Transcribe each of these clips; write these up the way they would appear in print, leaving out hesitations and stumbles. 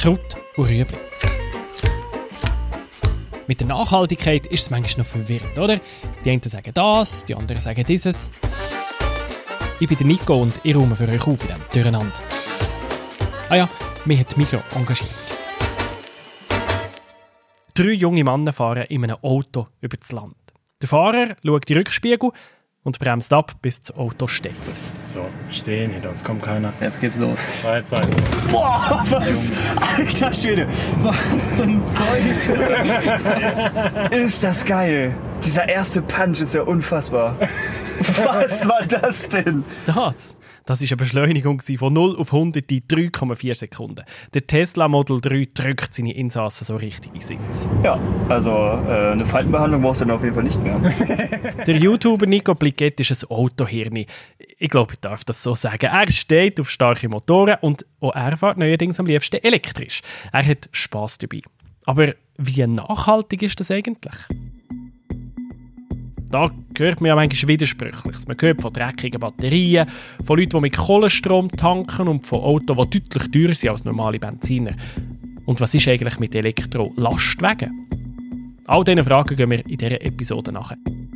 Kraut und Rüebli. Mit der Nachhaltigkeit ist es manchmal noch verwirrend, oder? Die einen sagen das, die anderen sagen dieses. Ich bin der Nico und ich räume für euch auf in diesem Durcheinander. Ah ja, mich hat Migros engagiert. 3 junge Männer fahren in einem Auto über das Land. Der Fahrer schaut in den Rückspiegel und bremst ab, bis das Auto steht. So, stehen, hinter uns kommt keiner. Jetzt geht's los. 3, 2. Boah, was? Alter Schwede. Was zum Zeug? Ist das geil. Dieser erste Punch ist ja unfassbar. Was war das denn? Das war eine Beschleunigung von 0 auf 100 in 3,4 Sekunden. Der Tesla Model 3 drückt seine Insassen so richtig in den Sitz. Ja, also eine Faltenbehandlung brauchst du dann auf jeden Fall nicht mehr. Der YouTuber Nico Bliquet ist ein Autohirni. Ich glaube, ich darf das so sagen. Er steht auf starke Motoren und auch er fährt neuerdings am liebsten elektrisch. Er hat Spass dabei. Aber wie nachhaltig ist das eigentlich? Da hört man ja manchmal Widersprüchliches. Man hört von dreckigen Batterien, von Leuten, die mit Kohlenstrom tanken und von Autos, die deutlich teurer sind als normale Benziner. Und was ist eigentlich mit Elektro-Lastwagen? All diesen Fragen gehen wir in dieser Episode nach.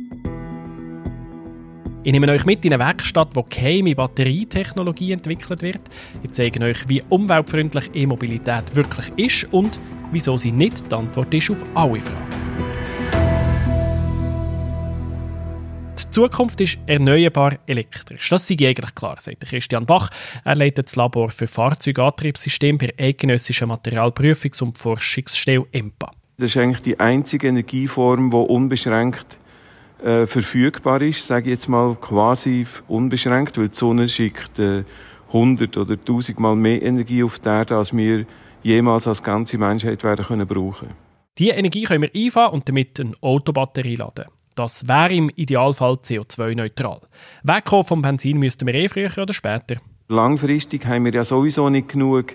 Ich nehme euch mit in eine Werkstatt, wo geheime Batterietechnologie entwickelt wird. Ich zeige euch, wie umweltfreundlich E-Mobilität wirklich ist und wieso sie nicht die Antwort ist auf alle Fragen. Die Zukunft ist erneuerbar elektrisch. Das sei eigentlich klar, sagt Christian Bach. Er leitet das Labor für Fahrzeugantriebssysteme bei der Eidgenössischen Materialprüfungs- und Forschungsstelle EMPA. Das ist eigentlich die einzige Energieform, die unbeschränkt verfügbar ist, sage ich jetzt mal quasi unbeschränkt, weil die Sonne schickt 100 oder 1000 Mal mehr Energie auf die Erde, als wir jemals als ganze Menschheit werden können brauchen. Diese Energie können wir einfahren und damit eine Autobatterie laden. Das wäre im Idealfall CO2-neutral. Wegkommen vom Benzin müssten wir früher oder später. Langfristig haben wir ja sowieso nicht genug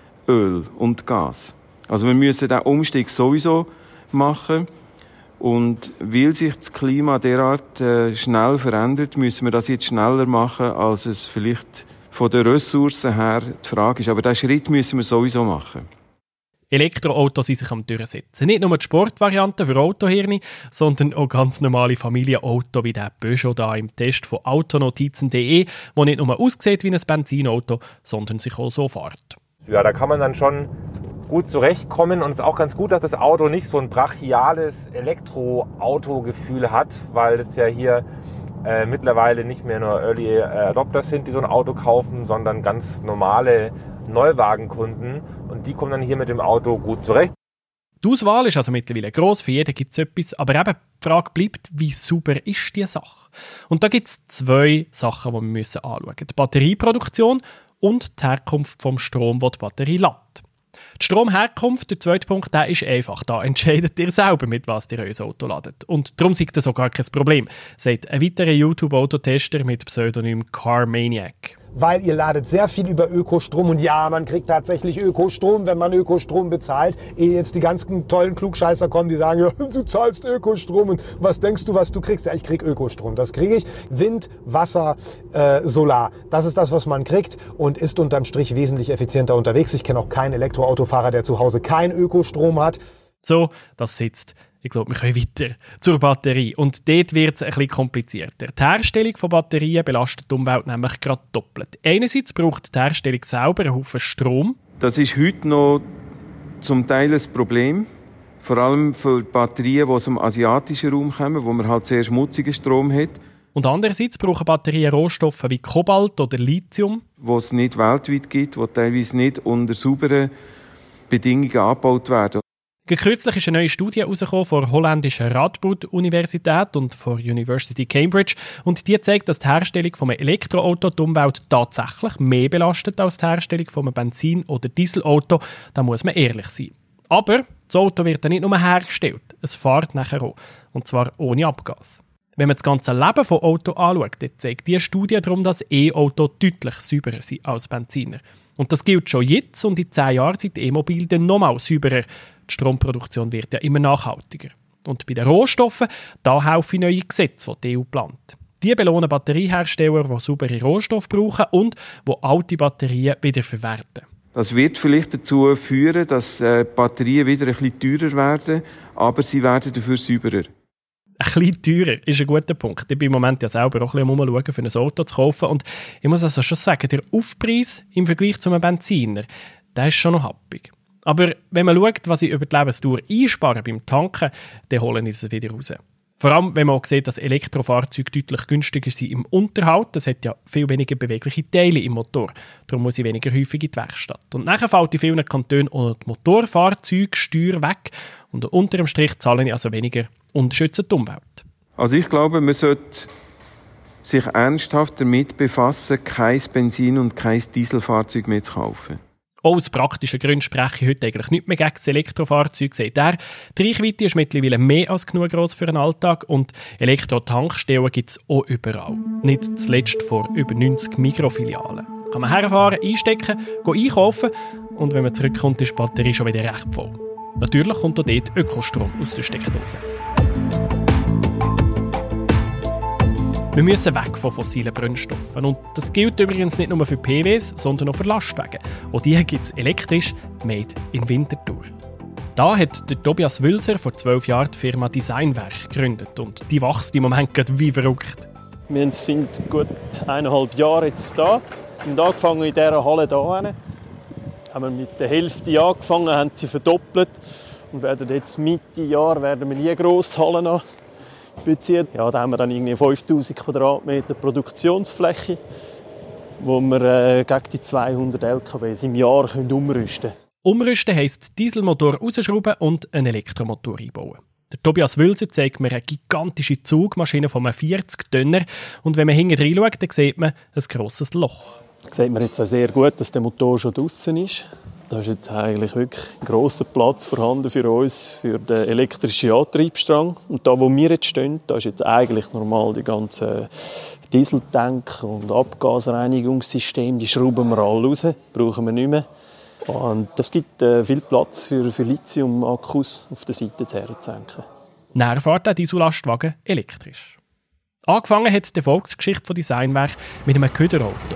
Öl und Gas. Also wir müssen den Umstieg sowieso machen. Und weil sich das Klima derart schnell verändert, müssen wir das jetzt schneller machen, als es vielleicht von den Ressourcen her die Frage ist. Aber diesen Schritt müssen wir sowieso machen. Elektroautos sind sich am Durchsetzen. Nicht nur die Sportvarianten für Autohirni, sondern auch ganz normale Familienautos wie der Peugeot da im Test von autonotizen.de, wo nicht nur aussieht wie ein Benzinauto, sondern sich auch so fährt. Ja, da kann man dann schon gut zurechtkommen und es ist auch ganz gut, dass das Auto nicht so ein brachiales Elektroauto-Gefühl hat, weil es ja hier mittlerweile nicht mehr nur Early Adopters sind, die so ein Auto kaufen, sondern ganz normale Neuwagenkunden und die kommen dann hier mit dem Auto gut zurecht. Die Auswahl ist also mittlerweile gross, für jeden gibt es etwas, aber eben die Frage bleibt, wie sauber ist diese Sache? Und da gibt es 2 Sachen, die wir anschauen müssen. Die Batterieproduktion und die Herkunft vom Strom, den die Batterie lädt. Die Stromherkunft, der zweite Punkt, der ist einfach. Da entscheidet ihr selber, mit was ihr euer Auto ladet. Und darum ist das auch gar kein Problem, sagt ein weiterer YouTube-Autotester mit Pseudonym Carmaniac. Weil ihr ladet sehr viel über Ökostrom und ja, man kriegt tatsächlich Ökostrom, wenn man Ökostrom bezahlt. Ehe jetzt die ganzen tollen Klugscheißer kommen, die sagen, ja, du zahlst Ökostrom und was denkst du, was du kriegst? Ja, ich krieg Ökostrom. Das kriege ich. Wind, Wasser, Solar. Das ist das, was man kriegt und ist unterm Strich wesentlich effizienter unterwegs. Ich kenne auch keinen Elektroautofahrer, der zu Hause keinen Ökostrom hat. So, das sitzt. Ich glaube, wir können weiter zur Batterie. Und dort wird es ein bisschen komplizierter. Die Herstellung von Batterien belastet die Umwelt nämlich gerade doppelt. Einerseits braucht die Herstellung selber einen Haufen Strom. Das ist heute noch zum Teil ein Problem. Vor allem für Batterien, die aus dem asiatischen Raum kommen, wo man halt sehr schmutzigen Strom hat. Und andererseits brauchen Batterien Rohstoffe wie Kobalt oder Lithium. Die es nicht weltweit gibt, die teilweise nicht unter sauberen Bedingungen angebaut werden. Kürzlich ist eine neue Studie herausgekommen von der holländischen Radboud-Universität und von University Cambridge. Und die zeigt, dass die Herstellung von einem Elektroauto die Umwelt tatsächlich mehr belastet als die Herstellung von einem Benzin- oder Dieselauto. Da muss man ehrlich sein. Aber das Auto wird dann nicht nur hergestellt, es fährt nachher auch. Und zwar ohne Abgas. Wenn man das ganze Leben von Auto anschaut, dann zeigt diese Studie darum, dass E-Autos deutlich sauberer sind als Benziner. Und das gilt schon jetzt und in 10 Jahren sind E-Mobile dann nochmal sauberer. Die Stromproduktion wird ja immer nachhaltiger. Und bei den Rohstoffen, da helfen neue Gesetze, die die EU plant. Die belohnen Batteriehersteller, die saubere Rohstoffe brauchen und die alte Batterien wiederverwerten. Das wird vielleicht dazu führen, dass Batterien wieder ein bisschen teurer werden, aber sie werden dafür sauberer. Ein bisschen teurer ist ein guter Punkt. Ich bin im Moment ja selber auch ein bisschen umschauen, für ein Auto zu kaufen. Und ich muss also schon sagen, der Aufpreis im Vergleich zu einem Benziner, der ist schon noch happig. Aber wenn man schaut, was ich über die Lebensdauer einspare beim Tanken, dann holen ich es wieder raus. Vor allem, wenn man auch sieht, dass Elektrofahrzeuge deutlich günstiger sind im Unterhalt. Das hat ja viel weniger bewegliche Teile im Motor. Darum muss ich weniger häufig in die Werkstatt. Und nachher fällt in vielen Kantonen auch die Motorfahrzeugsteuer weg. Und unter dem Strich zahle ich also weniger und schütze die Umwelt. Also ich glaube, man sollte sich ernsthaft damit befassen, kein Benzin- und kein Dieselfahrzeug mehr zu kaufen. Auch aus praktischen Gründen spreche ich heute eigentlich nicht mehr gegen das Elektrofahrzeug. Die Reichweite ist mittlerweile mehr als genug gross für den Alltag und Elektro-Tankstellen gibt es auch überall. Nicht zuletzt vor über 90 Mikrofilialen. Kann man herfahren, einstecken, einkaufen und wenn man zurückkommt, ist die Batterie schon wieder recht voll. Natürlich kommt auch dort Ökostrom aus der Steckdose. Wir müssen weg von fossilen Brennstoffen. Und das gilt übrigens nicht nur für PWs, sondern auch für Lastwagen. Und die gibt es elektrisch, made in Winterthur. Da hat der Tobias Wülser vor 12 Jahren die Firma Designwerk gegründet. Und die wächst im Moment wie verrückt. Wir sind gut 1,5 Jahre jetzt da. Wir haben angefangen in dieser Halle hier. Haben wir mit der Hälfte angefangen, haben sie verdoppelt. Und werden jetzt Mitte Jahr werden wir nie eine grosse Halle noch beziehen. Ja, da haben wir dann irgendwie 5000 Quadratmeter Produktionsfläche, wo wir gegen die 200 LKWs im Jahr umrüsten können. Umrüsten heisst Dieselmotor rausschrauben und einen Elektromotor einbauen. Der Tobias Wülser zeigt mir eine gigantische Zugmaschine von einem 40-Tonner und wenn man hinten reinschaut, dann sieht man ein grosses Loch. Da sieht man jetzt auch sehr gut, dass der Motor schon draussen ist. Da ist jetzt eigentlich wirklich ein grosser Platz vorhanden für uns, für den elektrischen Antriebsstrang. Und da, wo wir jetzt stehen, da ist jetzt eigentlich normal die ganzen Dieseltank- und Abgasreinigungssysteme, die schrauben wir alle raus, brauchen wir nicht mehr. Und das gibt viel Platz für Lithium-Akkus auf der Seite herzusenken. Dann fährt der Diesellastwagen elektrisch. Angefangen hat die Erfolgsgeschichte von Designwerk mit einem Köderauto.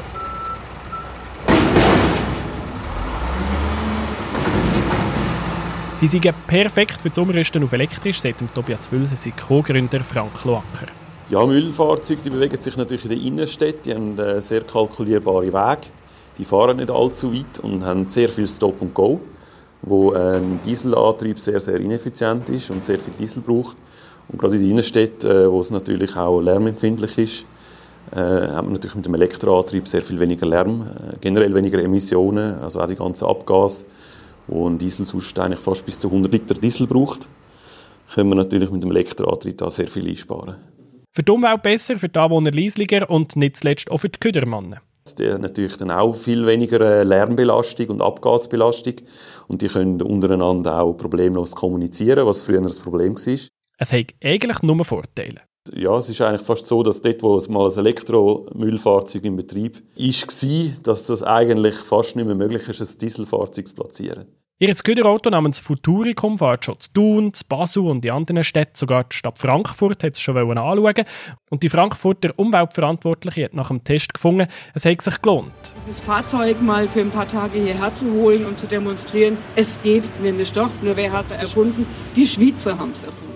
Die sind perfekt für das Umrüsten auf elektrisch, sagt Tobias Wülser, sein Co-Gründer Frank Loacker. Ja, Müllfahrzeuge die bewegen sich natürlich in der Innenstadt. Die haben sehr kalkulierbare Wege. Die fahren nicht allzu weit und haben sehr viel Stop and Go, wo ein Dieselantrieb sehr, sehr ineffizient ist und sehr viel Diesel braucht. Und gerade in der Innenstadt, wo es natürlich auch lärmempfindlich ist, hat man natürlich mit dem Elektroantrieb sehr viel weniger Lärm, generell weniger Emissionen, also auch die ganzen Abgase, wo ein Diesel sonst eigentlich fast bis zu 100 Liter Diesel braucht, können wir natürlich mit dem Elektroantrieb da sehr viel einsparen. Für die Umwelt besser, für die Anwohner leislicher und nicht zuletzt auch für die Ködermannen. Die haben natürlich dann auch viel weniger Lärmbelastung und Abgasbelastung und die können untereinander auch problemlos kommunizieren, was früher ein Problem war. Es hat eigentlich nur Vorteile. Ja, es ist eigentlich fast so, dass dort, wo es mal ein Elektromüllfahrzeug in Betrieb war, dass das eigentlich fast nicht mehr möglich ist, ein Dieselfahrzeug zu platzieren. Ihr Köderauto namens Futuricum fährt schon zu Thun, zu Basel und in anderen Städten, sogar die Stadt Frankfurt hat es schon anschauen. Und die Frankfurter Umweltverantwortliche hat nach dem Test gefunden, es hat sich gelohnt. Dieses Fahrzeug mal für ein paar Tage hierher zu holen und zu demonstrieren, es geht nämlich doch. Nur wer hat es erfunden? Die Schweizer haben es erfunden.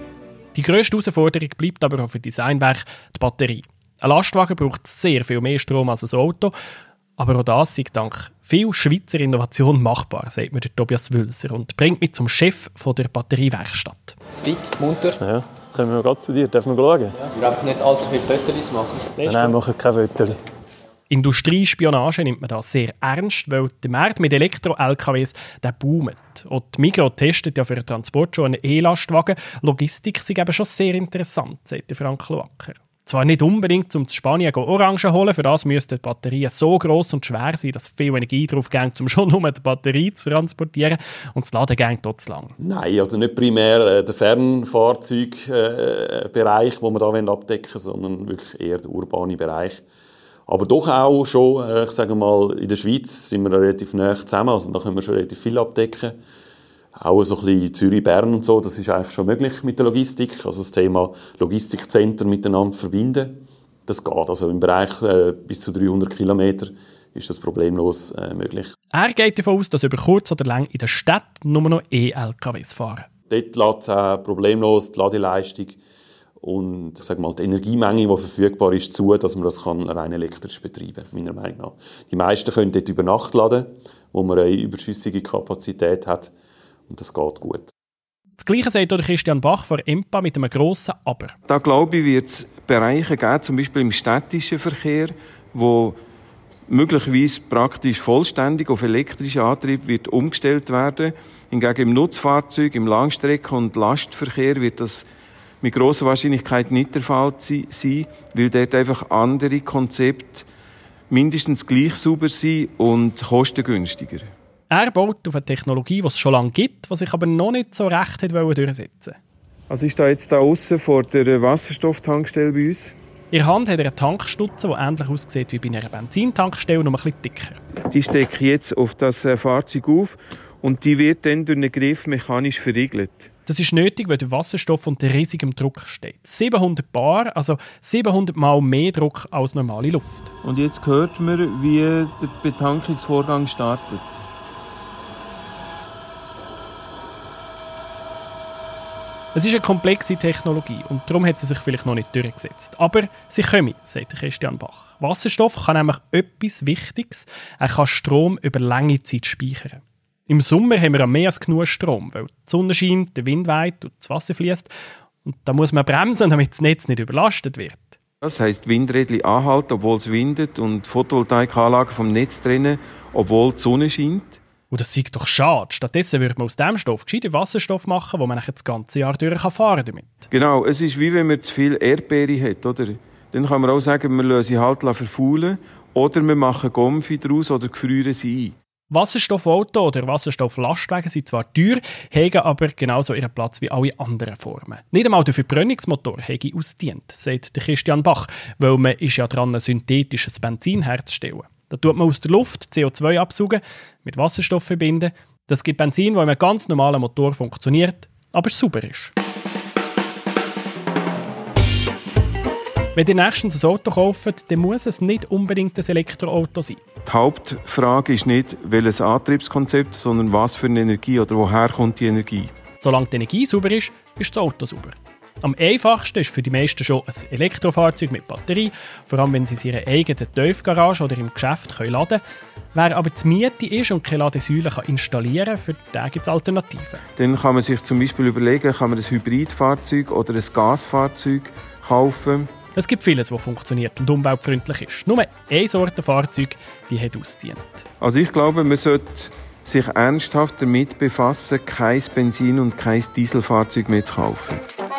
Die grösste Herausforderung bleibt aber auch für Designwerk die Batterie. Ein Lastwagen braucht sehr viel mehr Strom als ein Auto. Aber auch das ist dank viel Schweizer Innovation machbar, sagt mir der Tobias Wülser und bringt mich zum Chef von der Batteriewerkstatt. Fit, munter. Ja, jetzt kommen wir gerade zu dir. Dürfen wir schauen? Ja. Wir brauchen nicht allzu viele Fotos machen. Nein, wir machen keine Fotos. Industriespionage nimmt man da sehr ernst, weil der Markt mit Elektro-LKWs boomt. Und die Migros testet ja für den Transport schon einen E-Lastwagen. Logistik ist eben schon sehr interessant, sagt Frank Loacker. Zwar nicht unbedingt, um zu Spanien Orangen zu holen, für das müssten die Batterien so gross und schwer sein, dass viel Energie drauf geht, um schon nur die Batterie zu transportieren. Und das Laden geht dort zu lang. Nein, also nicht primär der Fernfahrzeugbereich, den wir hier abdecken wollen, sondern wirklich eher der urbane Bereich. Aber doch auch schon, ich sage mal, in der Schweiz sind wir relativ nah zusammen, also da können wir schon relativ viel abdecken. Auch so ein bisschen Zürich-Bern und so, das ist eigentlich schon möglich mit der Logistik. Also das Thema Logistikzentren miteinander verbinden, das geht. Also im Bereich bis zu 300 Kilometer ist das problemlos möglich. Er geht davon aus, dass über kurz oder lang in der Stadt nur noch E-LKWs fahren. Dort lädt es auch problemlos die Ladeleistung und ich sage mal, die Energiemenge, die verfügbar ist, zu, dass man das rein elektrisch betreiben kann, meiner Meinung nach. Die meisten können dort über Nacht laden, wo man eine überschüssige Kapazität hat und das geht gut. Das Gleiche sagt Christian Bach von EMPA mit einem grossen Aber. Da glaube ich, wird es Bereiche geben, zum Beispiel im städtischen Verkehr, wo möglicherweise praktisch vollständig auf elektrischen Antrieb wird umgestellt werden. Hingegen im Nutzfahrzeug, im Langstrecken- und Lastverkehr wird das mit grosser Wahrscheinlichkeit nicht der Fall sein, weil dort einfach andere Konzepte mindestens gleich sauber sind und kostengünstiger. Er baut auf eine Technologie, die es schon lange gibt, die sich aber noch nicht so recht durchsetzen. Also ich stehe jetzt hier aussen vor der Wasserstofftankstelle bei uns. In der Hand hat er eine Tankstutze, die ähnlich aussieht wie bei einer Benzintankstelle, nur ein bisschen dicker. Die stecke ich jetzt auf das Fahrzeug auf und die wird dann durch einen Griff mechanisch verriegelt. Das ist nötig, weil der Wasserstoff unter riesigem Druck steht. 700 Bar, also 700 Mal mehr Druck als normale Luft. Und jetzt hört man, wie der Betankungsvorgang startet. Es ist eine komplexe Technologie und darum hat sie sich vielleicht noch nicht durchgesetzt. Aber sie komme, sagt Christian Bach. Wasserstoff kann nämlich etwas Wichtiges. Er kann Strom über lange Zeit speichern. Im Sommer haben wir mehr als genug Strom, weil die Sonne scheint, der Wind weht und das Wasser fließt. Und da muss man bremsen, damit das Netz nicht überlastet wird. Das heisst, Windräder anhalten, obwohl es windet, und Photovoltaikanlagen vom Netz trennen, obwohl die Sonne scheint. Und das ist doch schade. Stattdessen würde man aus diesem Stoff gescheiten Wasserstoff machen, wo man das ganze Jahr durch fahren kann. Genau, es ist wie wenn man zu viel Erdbeere hat, oder? Dann kann man auch sagen, wir lassen sie halt verfaulen oder wir machen Gomfi daraus oder gefrieren sie ein. Wasserstoffauto oder Wasserstofflastwagen sind zwar teuer, haben aber genauso ihren Platz wie alle anderen Formen. Nicht einmal der Verbrennungsmotor hätte ausdient, sagt Christian Bach, weil man ist ja dran, ein synthetisches Benzin herzustellen. Da tut man aus der Luft CO2 absaugen, mit Wasserstoff verbinden. Das gibt Benzin, das in einem ganz normalen Motor funktioniert, aber sauber ist. Wenn ihr nächstens ein Auto kauft, dann muss es nicht unbedingt ein Elektroauto sein. Die Hauptfrage ist nicht, welches Antriebskonzept, sondern was für eine Energie oder woher kommt die Energie. Solange die Energie sauber ist das Auto sauber. Am einfachsten ist für die meisten schon ein Elektrofahrzeug mit Batterie, vor allem wenn sie in ihrer eigenen Tiefgarage oder im Geschäft laden können. Wer aber zur Miete ist und keine Ladesäule installieren kann, für den gibt es Alternativen. Dann kann man sich zum Beispiel überlegen, kann man ein Hybridfahrzeug oder ein Gasfahrzeug kaufen. Es gibt vieles, was funktioniert und umweltfreundlich ist. Nur eine Sorte Fahrzeug, die hat ausgedient. Also ich glaube, man sollte sich ernsthaft damit befassen, kein Benzin- und kein Dieselfahrzeug mehr zu kaufen.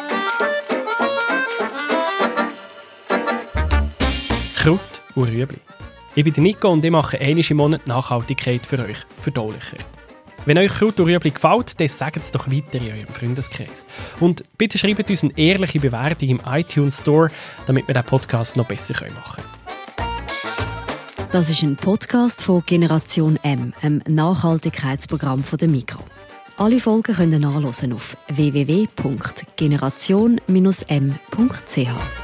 Kraut und Rüebli. Ich bin Nico und ich mache einmal im Monat Nachhaltigkeit für euch verdaulicher. Wenn euch Kraut und Rüebli gefällt, dann sagt es doch weiter in eurem Freundeskreis. Und bitte schreibt uns eine ehrliche Bewertung im iTunes Store, damit wir den Podcast noch besser machen können. Das ist ein Podcast von Generation M, einem Nachhaltigkeitsprogramm von der Migros. Alle Folgen können nachhören auf www.generation-m.ch.